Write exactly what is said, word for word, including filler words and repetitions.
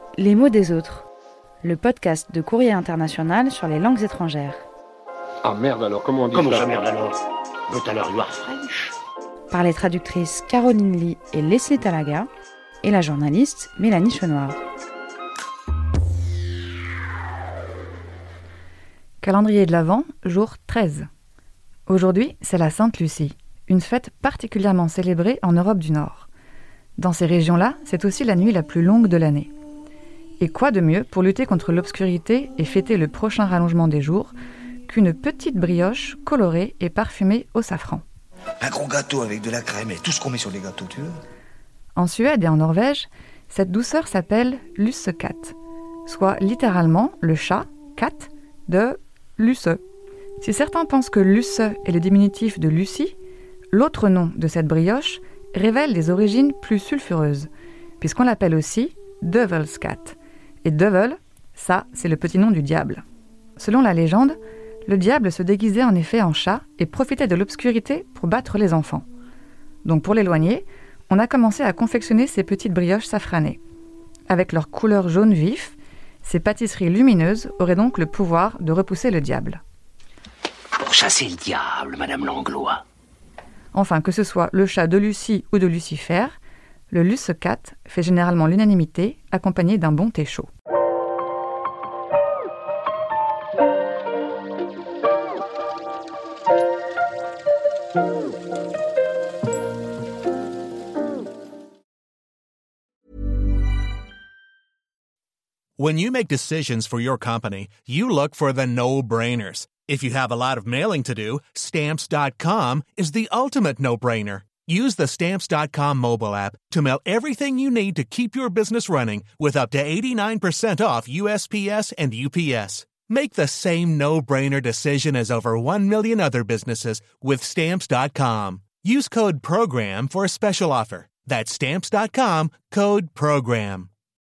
Les mots des autres, le podcast de Courrier International sur les langues étrangères. Ah merde alors, comment on dit Comment ça ça merde alors? But alors you are French. Par les traductrices Caroline Lee et Leslie Talaga et la journaliste Mélanie Chenoir. Calendrier de l'Avent, jour treize. Aujourd'hui, c'est la Sainte-Lucie, une fête particulièrement célébrée en Europe du Nord. Dans ces régions-là, c'est aussi la nuit la plus longue de l'année. Et quoi de mieux pour lutter contre l'obscurité et fêter le prochain rallongement des jours qu'une petite brioche colorée et parfumée au safran. Un gros gâteau avec de la crème et tout ce qu'on met sur les gâteaux, tu veux? En Suède et en Norvège, cette douceur s'appelle lussekatt, soit littéralement le chat, cat, de lusse. Si certains pensent que lusse est le diminutif de Lucie, l'autre nom de cette brioche révèle des origines plus sulfureuses, puisqu'on l'appelle aussi Dövelskatt. Et Dövel, ça, c'est le petit nom du diable. Selon la légende, le diable se déguisait en effet en chat et profitait de l'obscurité pour battre les enfants. Donc pour l'éloigner, on a commencé à confectionner ces petites brioches safranées. Avec leur couleur jaune vif, ces pâtisseries lumineuses auraient donc le pouvoir de repousser le diable. Pour chasser le diable, Madame Langlois. Enfin, que ce soit le chat de Lucie ou de Lucifer, le lussekatt fait généralement l'unanimité, accompagné d'un bon thé chaud. When you make decisions for your company, you look for the no-brainers. If you have a lot of mailing to do, Stamps dot com is the ultimate no-brainer. Use the Stamps dot com mobile app to mail everything you need to keep your business running with up to eighty-nine percent off U S P S and U P S. Make the same no-brainer decision as over one million other businesses with Stamps dot com. Use code PROGRAM for a special offer. That's Stamps dot com, code PROGRAM.